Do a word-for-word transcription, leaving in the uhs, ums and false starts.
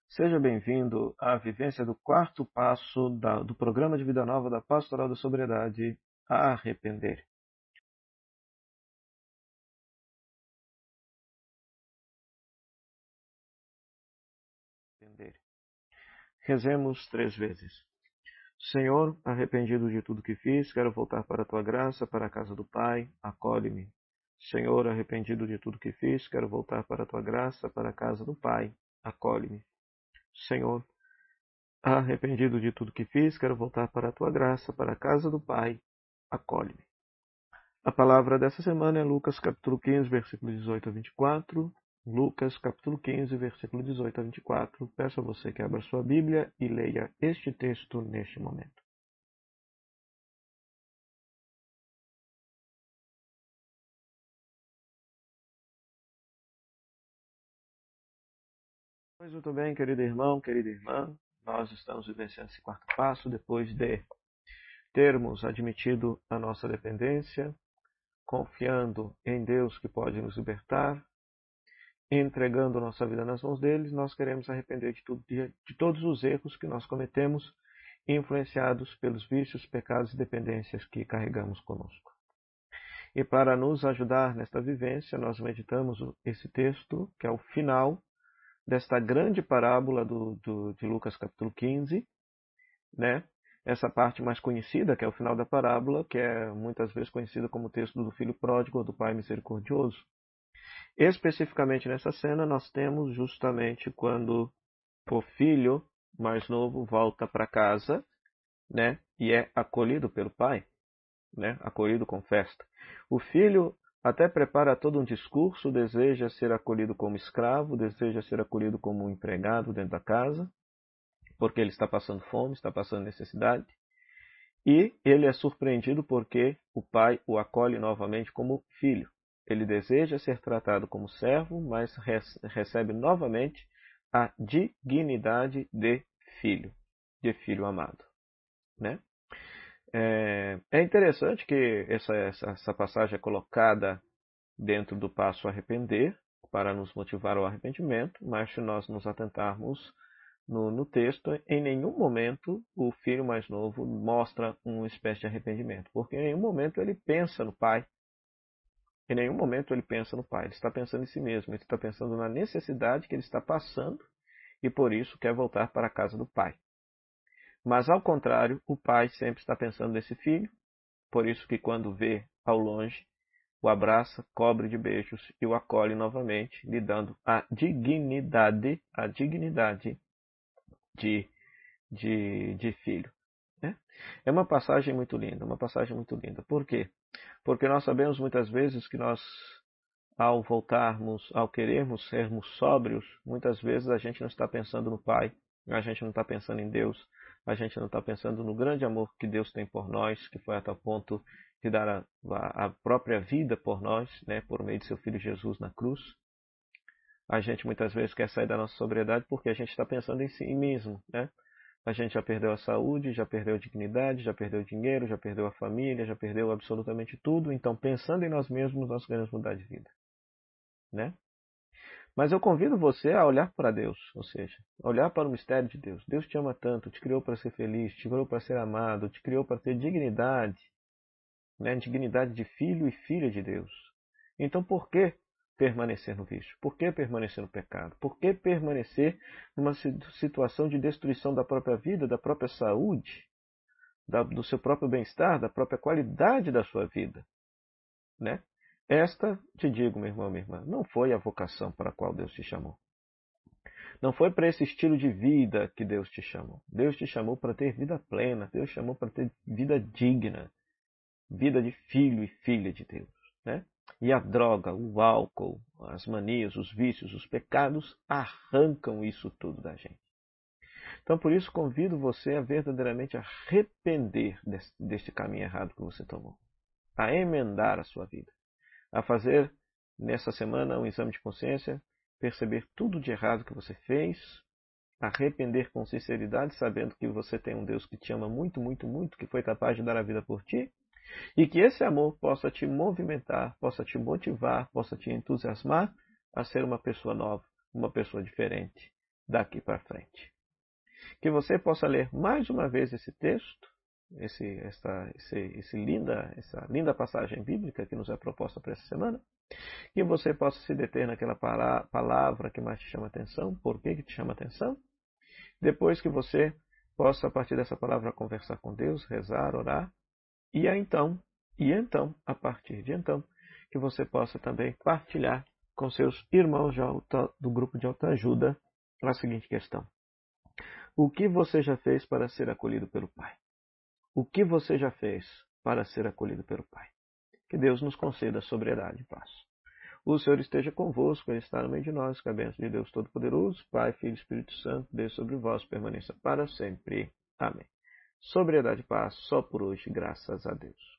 Seja bem-vindo à vivência do quarto passo da- do programa de vida nova da Pastoral da Sobriedade, a arrepender. Arrepender. Rezemos três vezes. Senhor, arrependido de tudo que fiz, quero voltar para a tua graça, para a casa do Pai, acolhe-me. Senhor, arrependido de tudo que fiz, quero voltar para a tua graça, para a casa do Pai, acolhe-me. Senhor, arrependido de tudo que fiz, quero voltar para a tua graça, para a casa do Pai, acolhe-me. A palavra dessa semana é Lucas capítulo quinze, versículo dezoito a vinte e quatro. Lucas capítulo quinze, versículo dezoito a vinte e quatro. Peço a você que abra sua Bíblia e leia este texto neste momento. Pois muito bem, querido irmão, querida irmã, nós estamos vivenciando esse quarto passo depois de termos admitido a nossa dependência, confiando em Deus que pode nos libertar, entregando nossa vida nas mãos deles. Nós queremos arrepender de, tudo, de, de todos os erros que nós cometemos, influenciados pelos vícios, pecados e dependências que carregamos conosco. E para nos ajudar nesta vivência, nós meditamos esse texto, que é o final desta grande parábola do, do, de Lucas capítulo quinze, né? Essa parte mais conhecida, que é o final da parábola, que é muitas vezes conhecida como o texto do filho pródigo ou do pai misericordioso. Especificamente nessa cena, nós temos justamente quando o filho mais novo volta para casa, né, e é acolhido pelo pai, né, acolhido com festa. O filho até prepara todo um discurso, deseja ser acolhido como escravo, deseja ser acolhido como um empregado dentro da casa, porque ele está passando fome, está passando necessidade. E ele é surpreendido porque o pai o acolhe novamente como filho. Ele deseja ser tratado como servo, mas recebe novamente a dignidade de filho, de filho amado, né? É, é interessante que essa, essa, essa passagem é colocada dentro do passo arrepender, para nos motivar ao arrependimento, mas se nós nos atentarmos no, no texto, em nenhum momento o filho mais novo mostra uma espécie de arrependimento, porque em nenhum momento ele pensa no pai, em nenhum momento ele pensa no pai, ele está pensando em si mesmo, ele está pensando na necessidade que ele está passando e por isso quer voltar para a casa do pai. Mas ao contrário, o pai sempre está pensando nesse filho, por isso que quando vê ao longe, o abraça, cobre de beijos e o acolhe novamente, lhe dando a dignidade, a dignidade de, de, de filho. Né? É uma passagem muito linda, uma passagem muito linda. Por quê? Porque nós sabemos muitas vezes que nós, ao voltarmos, ao querermos sermos sóbrios, muitas vezes a gente não está pensando no Pai, a gente não está pensando em Deus, a gente não está pensando no grande amor que Deus tem por nós, que foi até o ponto de dar a, a, a própria vida por nós, né, por meio de seu Filho Jesus na cruz. A gente muitas vezes quer sair da nossa sobriedade porque a gente está pensando em si mesmo, né? A gente já perdeu a saúde, já perdeu a dignidade, já perdeu o dinheiro, já perdeu a família, já perdeu absolutamente tudo. Então, pensando em nós mesmos, nós queremos mudar de vida, né? Mas eu convido você a olhar para Deus, ou seja, olhar para o mistério de Deus. Deus te ama tanto, te criou para ser feliz, te criou para ser amado, te criou para ter dignidade, né? Dignidade de filho e filha de Deus. Então, por que permanecer no vício? Por que permanecer no pecado? Por que permanecer numa situação de destruição da própria vida, da própria saúde, do seu próprio bem-estar, da própria qualidade da sua vida, né? Esta, te digo, meu irmão, minha irmã, não foi a vocação para a qual Deus te chamou. Não foi para esse estilo de vida que Deus te chamou. Deus te chamou para ter vida plena, Deus te chamou para ter vida digna, vida de filho e filha de Deus, né? E a droga, o álcool, as manias, os vícios, os pecados arrancam isso tudo da gente. Então, por isso, convido você a verdadeiramente arrepender desse, deste caminho errado que você tomou, a emendar a sua vida, a fazer nessa semana um exame de consciência, perceber tudo de errado que você fez, arrepender com sinceridade, sabendo que você tem um Deus que te ama muito, muito, muito, que foi capaz de dar a vida por ti, e que esse amor possa te movimentar, possa te motivar, possa te entusiasmar a ser uma pessoa nova, uma pessoa diferente, daqui para frente. Que você possa ler mais uma vez esse texto, esse, essa, esse, esse linda, essa linda passagem bíblica que nos é proposta para essa semana. Que você possa se deter naquela palavra que mais te chama atenção. Por que, que te chama atenção? Depois que você possa, a partir dessa palavra, conversar com Deus, rezar, orar. E então, e então, a partir de então, que você possa também partilhar com seus irmãos de alta, do grupo de autoajuda a seguinte questão. O que você já fez para ser acolhido pelo Pai? O que você já fez para ser acolhido pelo Pai? Que Deus nos conceda sobriedade e paz. O Senhor esteja convosco, Ele está no meio de nós, que a bênção de Deus Todo-Poderoso, Pai, Filho e Espírito Santo, desça sobre vós, permaneça para sempre. Amém. Sobriedade e paz, só por hoje, graças a Deus.